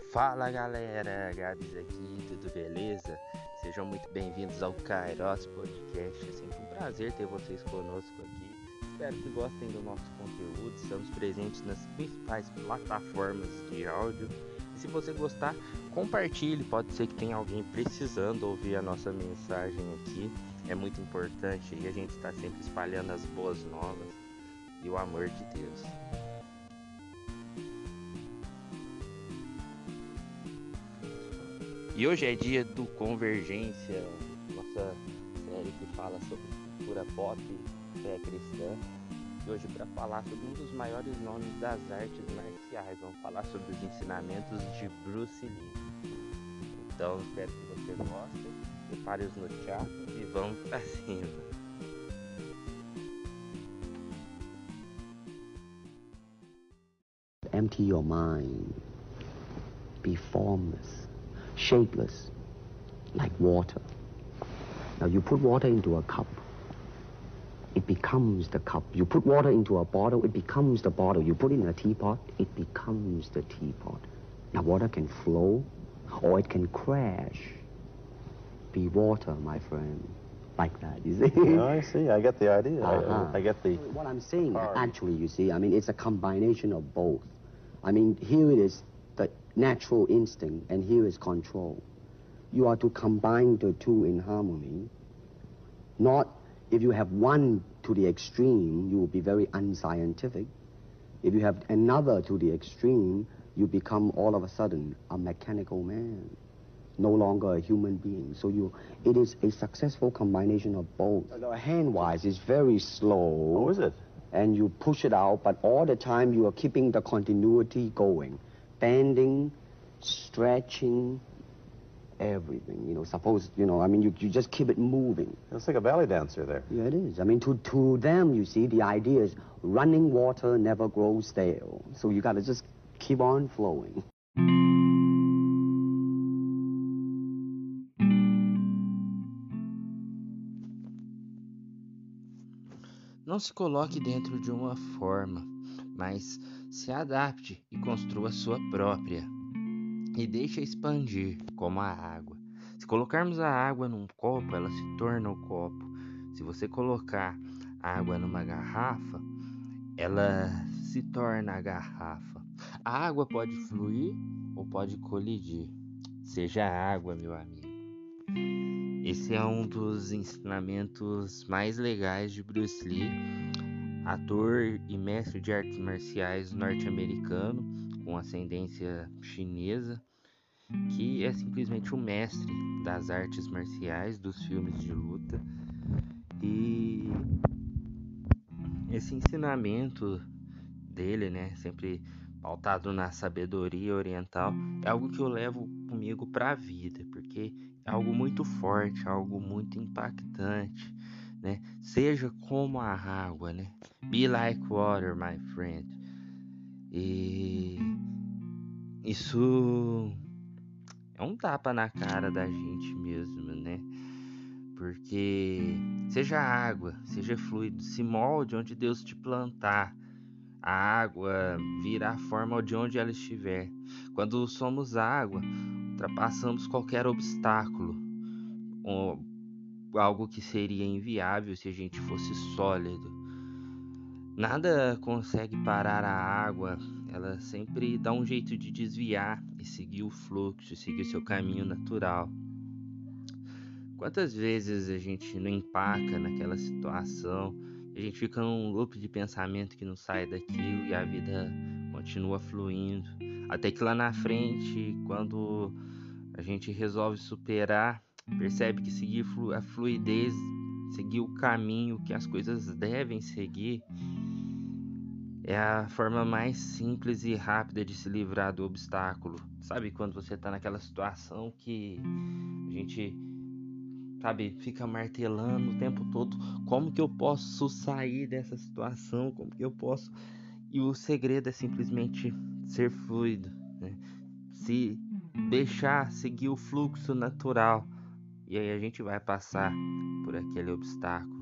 Fala galera, Gabs aqui, tudo beleza? Sejam muito bem-vindos ao Kairos Podcast, é sempre um prazer ter vocês conosco aqui. Espero que gostem do nosso conteúdo, estamos presentes nas principais plataformas de áudio. E se você gostar, compartilhe, pode ser que tenha alguém precisando ouvir a nossa mensagem aqui. É muito importante e a gente está sempre espalhando as boas novas e o amor de Deus. E hoje é dia do Convergência, nossa série que fala sobre cultura pop, fé cristã. E hoje, para falar sobre um dos maiores nomes das artes marciais, vamos falar sobre os ensinamentos de Bruce Lee. Então, espero que você goste, prepare-os no teatro e vamos pra cima. Empty your mind. Be formless, shapeless, like water. Now you put water into a cup, it becomes the cup. You put water into a bottle, it becomes the bottle. You put it in a teapot, it becomes the teapot. Now water can flow or it can crash. Be water, my friend. Like that, you see? No, I see. I get the idea. I get the... What I'm saying, part. actually, you see, I mean, it's a combination of both. I mean, here it is the natural instinct, and here is control. You are to combine the two in harmony. Not, if you have one to the extreme, you will be very unscientific. If you have another to the extreme, you become all of a sudden a mechanical man, no longer a human being. So it is a successful combination of both. Hand-wise, it's very slow. Oh, is it? And you push it out, but all the time you are keeping the continuity going. Bending, stretching, everything. I mean, you just keep it moving. It's like a ballet dancer there. Yeah, it is. I mean, to them, you see, the idea is running water never grows stale. So you got to just keep on flowing. Não se coloque dentro de uma forma, mas se adapte e construa sua própria. E deixe expandir, como a água. Se colocarmos a água num copo, ela se torna o copo. Se você colocar a água numa garrafa, ela se torna a garrafa. A água pode fluir ou pode colidir. Seja água, meu amigo. Esse é um dos ensinamentos mais legais de Bruce Lee, ator e mestre de artes marciais norte-americano, com ascendência chinesa, que é simplesmente o mestre das artes marciais, dos filmes de luta. E esse ensinamento dele, né, sempre pautado na sabedoria oriental, é algo que eu levo comigo para a vida, porque é algo muito forte, algo muito impactante, né? Seja como a água, né? Be like water, my friend. E isso é um tapa na cara da gente mesmo, né? Porque seja água, seja fluido, se molde onde Deus te plantar. A água vira a forma de onde ela estiver. Quando somos água, ultrapassamos qualquer obstáculo, ou algo que seria inviável se a gente fosse sólido. Nada consegue parar a água, ela sempre dá um jeito de desviar e seguir o fluxo, seguir o seu caminho natural. Quantas vezes a gente não empaca naquela situação, a gente fica num loop de pensamento que não sai daquilo e a vida continua fluindo, até que lá na frente, quando a gente resolve superar, percebe que seguir a fluidez, seguir o caminho que as coisas devem seguir, é a forma mais simples e rápida de se livrar do obstáculo. Sabe quando você está naquela situação que a gente, fica martelando o tempo todo, como que eu posso sair dessa situação, como que eu posso... E o segredo é simplesmente ser fluido, né? Se deixar seguir o fluxo natural, e aí a gente vai passar por aquele obstáculo.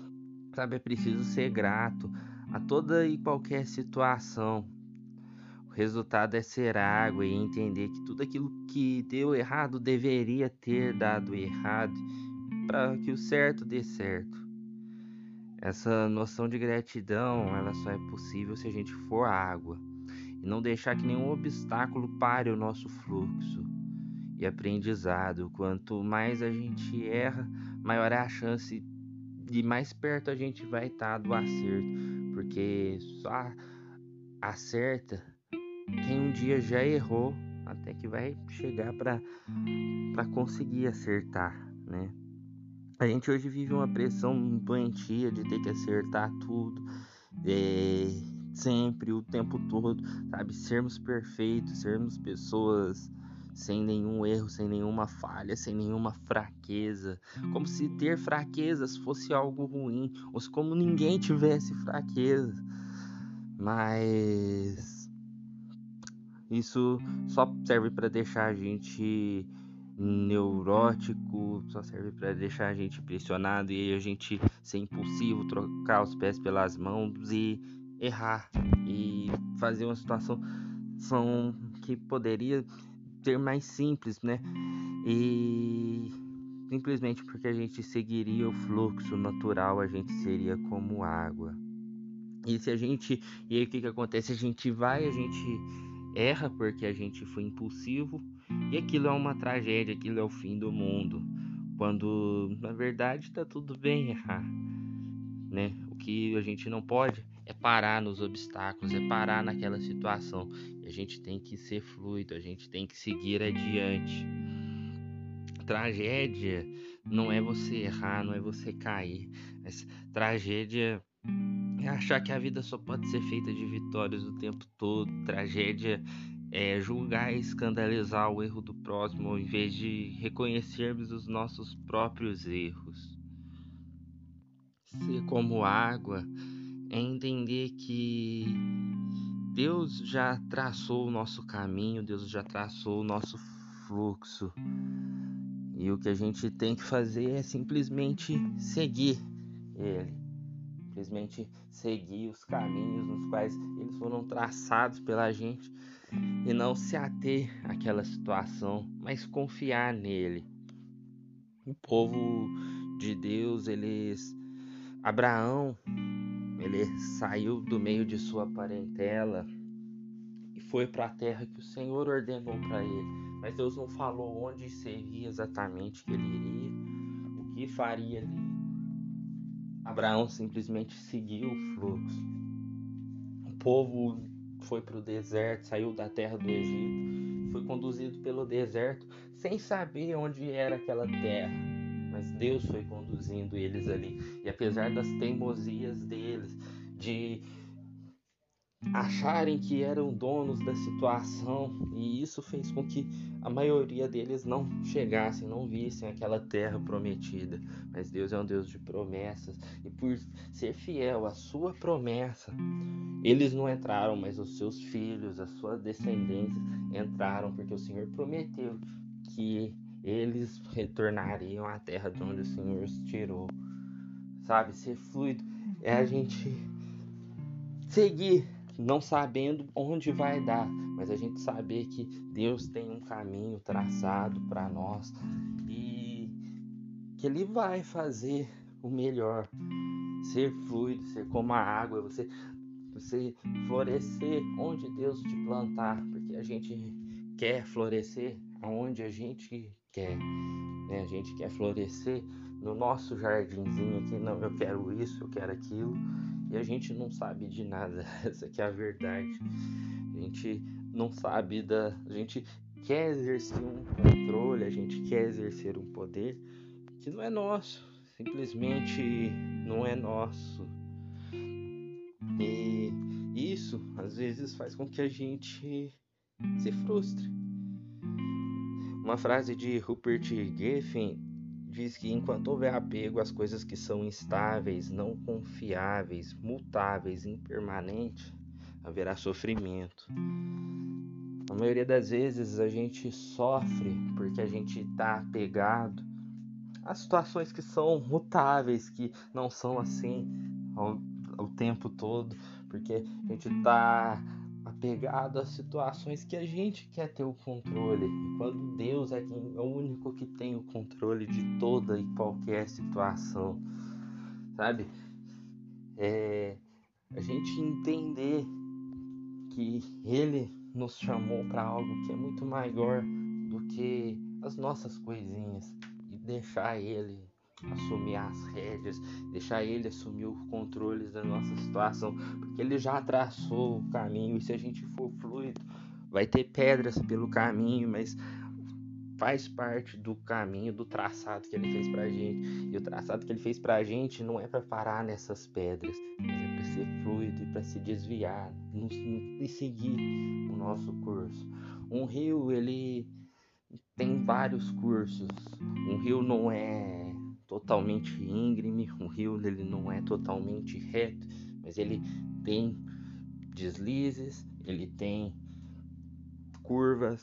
É preciso ser grato a toda e qualquer situação. resultado é ser água e entender que tudo aquilo que deu errado deveria ter dado errado para que o certo dê certo. Essa noção de gratidão, ela só é possível se a gente for água e não deixar que nenhum obstáculo pare o nosso fluxo e aprendizado. Quanto mais a gente erra, maior é a chance de mais perto a gente vai estar do acerto, porque só acerta quem um dia já errou até que vai chegar para conseguir acertar, né? A gente hoje vive uma pressão doentia de ter que acertar tudo, sempre, o tempo todo, sabe? Sermos perfeitos, sermos pessoas sem nenhum erro, sem nenhuma falha, sem nenhuma fraqueza. Como se ter fraquezas fosse algo ruim, ou se como ninguém tivesse fraqueza. Mas isso só serve para deixar a gente neurótico, só serve para deixar a gente pressionado e a gente ser impulsivo, trocar os pés pelas mãos e errar e fazer uma situação que poderia ser mais simples, né? E simplesmente porque a gente seguiria o fluxo natural, a gente seria como água. E aí o que acontece? A gente erra porque a gente foi impulsivo e aquilo é uma tragédia, aquilo é o fim do mundo, quando na verdade tá tudo bem errar, né? O que a gente não pode é parar nos obstáculos, é parar naquela situação, e a gente tem que ser fluido, a gente tem que seguir adiante. Tragédia não é você errar, não é você cair, mas tragédia é achar que a vida só pode ser feita de vitórias o tempo todo. Tragédia é julgar e escandalizar o erro do próximo ao invés de reconhecermos os nossos próprios erros. Ser como água é entender que Deus já traçou o nosso caminho, Deus já traçou o nosso fluxo. E o que a gente tem que fazer é simplesmente seguir Ele. Simplesmente seguir os caminhos nos quais eles foram traçados pela gente e não se ater àquela situação, mas confiar nele. O povo de Deus, Abraão, ele saiu do meio de sua parentela e foi para a terra que o Senhor ordenou para ele, mas Deus não falou onde seria exatamente que ele iria, o que faria ali. Abraão simplesmente seguiu o fluxo. O povo foi para o deserto, saiu da terra do Egito, foi conduzido pelo deserto sem saber onde era aquela terra, mas Deus foi conduzindo eles ali. E apesar das teimosias deles, de acharem que eram donos da situação, e isso fez com que a maioria deles não chegassem, não vissem aquela terra prometida. Mas Deus é um Deus de promessas, e por ser fiel à sua promessa, eles não entraram, mas os seus filhos, a sua descendência entraram, porque o Senhor prometeu que eles retornariam à terra de onde o Senhor os tirou. Sabe, ser fluido é a gente seguir, não sabendo onde vai dar, mas a gente saber que Deus tem um caminho traçado para nós e que Ele vai fazer o melhor. Ser fluido, ser como a água, você florescer onde Deus te plantar, porque a gente quer florescer aonde a gente quer, né? A gente quer florescer no nosso jardinzinho aqui, não, eu quero isso, eu quero aquilo, e a gente não sabe de nada. Essa aqui é a verdade. A gente não sabe a gente quer exercer um controle, a gente quer exercer um poder que não é nosso, simplesmente não é nosso. E isso às vezes faz com que a gente se frustre. Uma frase de Rupert Giffin diz que enquanto houver apego às coisas que são instáveis, não confiáveis, mutáveis, impermanentes, haverá sofrimento. A maioria das vezes a gente sofre porque a gente está apegado a situações que são mutáveis, que não são assim o tempo todo, porque a gente está apegado às situações que a gente quer ter o controle, quando Deus é o único que tem o controle de toda e qualquer situação, sabe? A gente entender que Ele nos chamou para algo que é muito maior do que as nossas coisinhas, e deixar Ele assumir as rédeas, deixar Ele assumir os controles da nossa situação, porque Ele já traçou o caminho, e se a gente for fluido, vai ter pedras pelo caminho, mas faz parte do caminho, do traçado que Ele fez pra gente. E o traçado que Ele fez pra gente não é para parar nessas pedras, mas é para ser fluido e para se desviar e seguir o nosso curso. Um rio, ele tem vários cursos. Um rio não é totalmente íngreme, um rio ele não é totalmente reto, mas ele tem deslizes, ele tem curvas,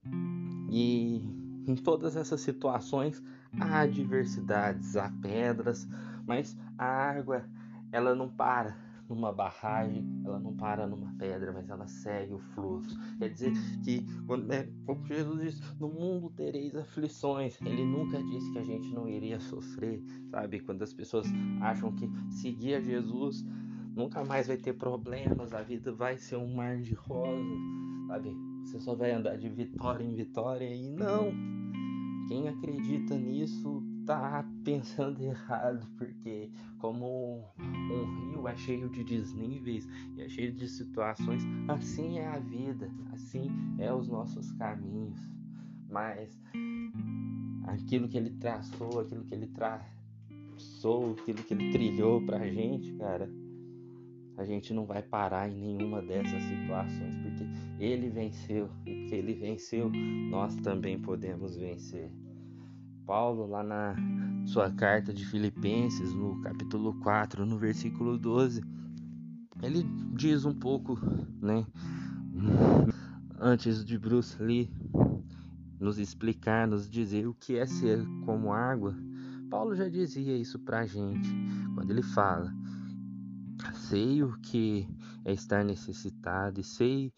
e em todas essas situações há adversidades, há pedras, mas a água, ela não para numa barragem, ela não para numa pedra, mas ela segue o fluxo. Quer dizer que, como Jesus disse, no mundo tereis aflições. Ele nunca disse que a gente não iria sofrer, sabe? Quando as pessoas acham que seguir a Jesus nunca mais vai ter problemas, a vida vai ser um mar de rosas, sabe? Você só vai andar de vitória em vitória, e não. Quem acredita nisso tá pensando errado, porque como um rio é cheio de desníveis e é cheio de situações, assim é a vida, assim é os nossos caminhos. Mas aquilo que Ele traçou, aquilo que Ele aquilo que Ele trilhou pra gente, cara, a gente não vai parar em nenhuma dessas situações, porque Ele venceu, e porque Ele venceu, nós também podemos vencer. Paulo, lá na sua carta de Filipenses, no capítulo 4, no versículo 12, ele diz um pouco, né, antes de Bruce Lee nos explicar, nos dizer o que é ser como água. Paulo já dizia isso pra gente, quando ele fala: sei o que é estar necessitado e sei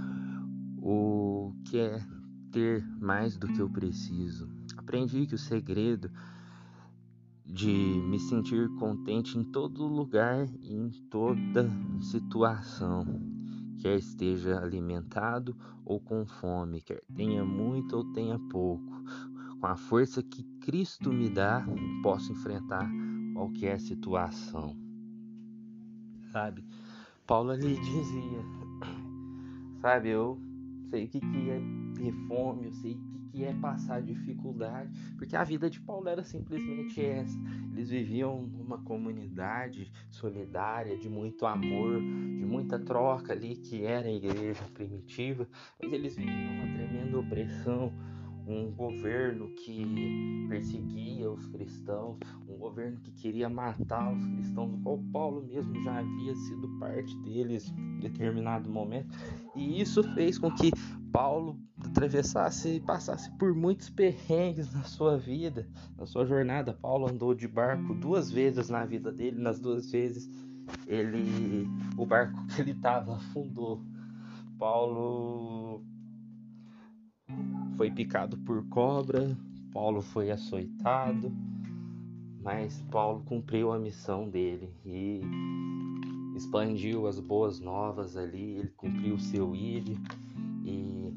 o que é ter mais do que eu preciso. Aprendi que o segredo de me sentir contente em todo lugar e em toda situação, quer esteja alimentado ou com fome, quer tenha muito ou tenha pouco, com a força que Cristo me dá, posso enfrentar qualquer situação. Sabe? Paulo ali dizia, sabe, eu sei o que é ter fome, eu sei o que é passar dificuldade, porque a vida de Paulo era simplesmente essa. Eles viviam numa comunidade solidária, de muito amor, de muita troca ali, que era a igreja primitiva, mas eles viviam uma tremenda opressão, um governo que perseguia os cristãos, um governo que queria matar os cristãos, o qual Paulo mesmo já havia sido parte deles em determinado momento, e isso fez com que Paulo atravessasse e passasse por muitos perrengues na sua vida, na sua jornada. Paulo andou de barco 2 vezes na vida dele, nas 2 vezes o barco que ele estava afundou. Paulo foi picado por cobra, Paulo foi açoitado, mas Paulo cumpriu a missão dele e expandiu as boas novas ali. Ele cumpriu o seu ID e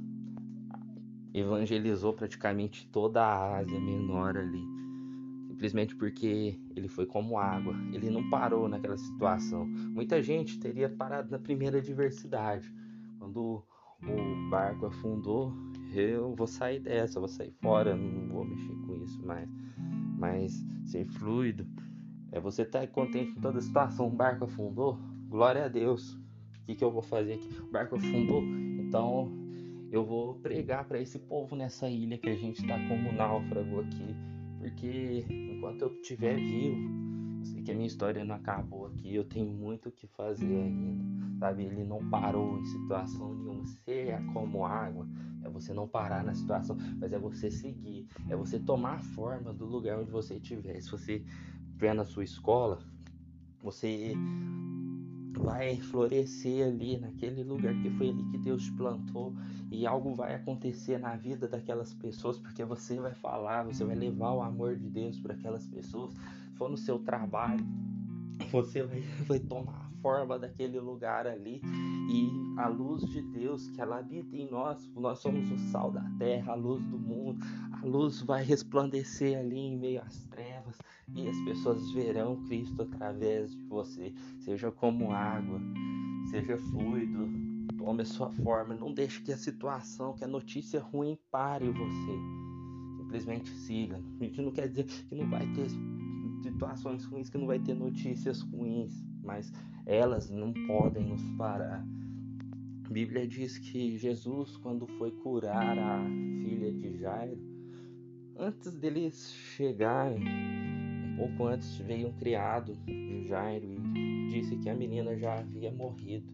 evangelizou praticamente toda a Ásia Menor ali, simplesmente porque ele foi como água. Ele não parou naquela situação. Muita gente teria parado na primeira adversidade. Quando o barco afundou, eu vou sair dessa, vou sair fora, não vou mexer com isso mais. Mas ser fluido é você estar contente em toda situação. O barco afundou, glória a Deus. O que eu vou fazer aqui? O barco afundou, então eu vou pregar para esse povo nessa ilha que a gente está como náufrago aqui, porque enquanto eu estiver vivo, eu sei que a minha história não acabou aqui, eu tenho muito o que fazer ainda, sabe? Ele não parou em situação nenhuma. Ser como água é você não parar na situação, mas é você seguir, é você tomar a forma do lugar onde você estiver. Se você estiver na sua escola, você vai florescer ali naquele lugar, que foi ali que Deus te plantou, e algo vai acontecer na vida daquelas pessoas, porque você vai falar, você vai levar o amor de Deus para aquelas pessoas. Se for no seu trabalho, você vai tomar a forma daquele lugar ali, e a luz de Deus que ela habita em nós somos o sal da terra, a luz do mundo, a luz vai resplandecer ali em meio às trevas, e as pessoas verão Cristo através de você. Seja como água, seja fluido, tome a sua forma, não deixe que a situação, que a notícia ruim pare você. Simplesmente siga. A gente não quer dizer que não vai ter situações ruins, que não vai ter notícias ruins, mas elas não podem nos parar. A Bíblia diz que Jesus, quando foi curar a filha de Jairo, antes deles chegarem, um pouco antes, veio um criado de Jairo e disse que a menina já havia morrido.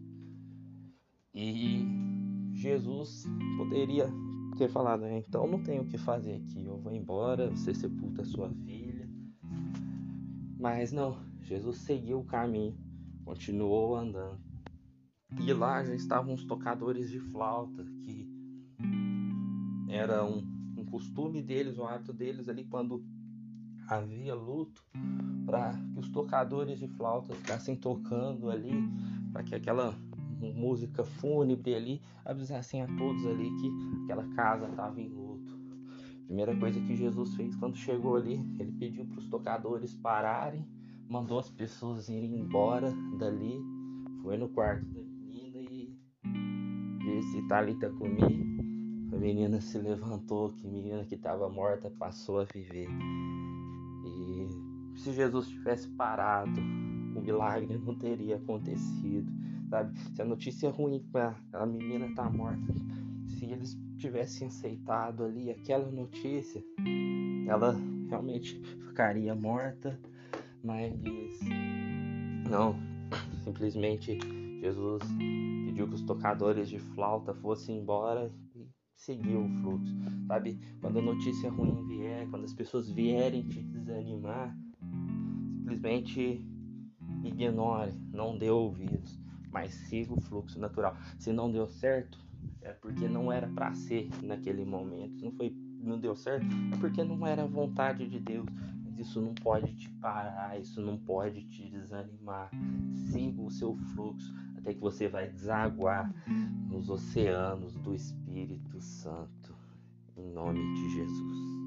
E Jesus poderia ter falado, então não tenho o que fazer aqui, eu vou embora, você sepulta a sua filha. Mas não, Jesus seguiu o caminho, continuou andando. E lá já estavam os tocadores de flauta, que era um costume deles, um hábito deles ali quando havia luto, para que os tocadores de flauta ficassem tocando ali, para que aquela música fúnebre ali avisassem a todos ali que aquela casa estava em luto. A primeira coisa que Jesus fez quando chegou ali, ele pediu para os tocadores pararem, mandou as pessoas irem embora dali, foi no quarto da menina e disse: Talita cumi. A menina se levantou, que a menina que estava morta passou a viver. E se Jesus tivesse parado, o milagre não teria acontecido, sabe? Se a notícia é ruim para a menina estar morta, se eles tivessem aceitado ali aquela notícia, ela realmente ficaria morta, mas não, simplesmente Jesus pediu que os tocadores de flauta fossem embora e seguiu o fluxo, sabe? Quando a notícia ruim vier, quando as pessoas vierem te desanimar, simplesmente ignore, não dê ouvidos, mas siga o fluxo natural. Se não deu certo, é porque não era para ser naquele momento. Não deu certo, é porque não era a vontade de Deus. Mas isso não pode te parar, isso não pode te desanimar. Siga o seu fluxo até que você vai desaguar nos oceanos do Espírito Santo. Em nome de Jesus.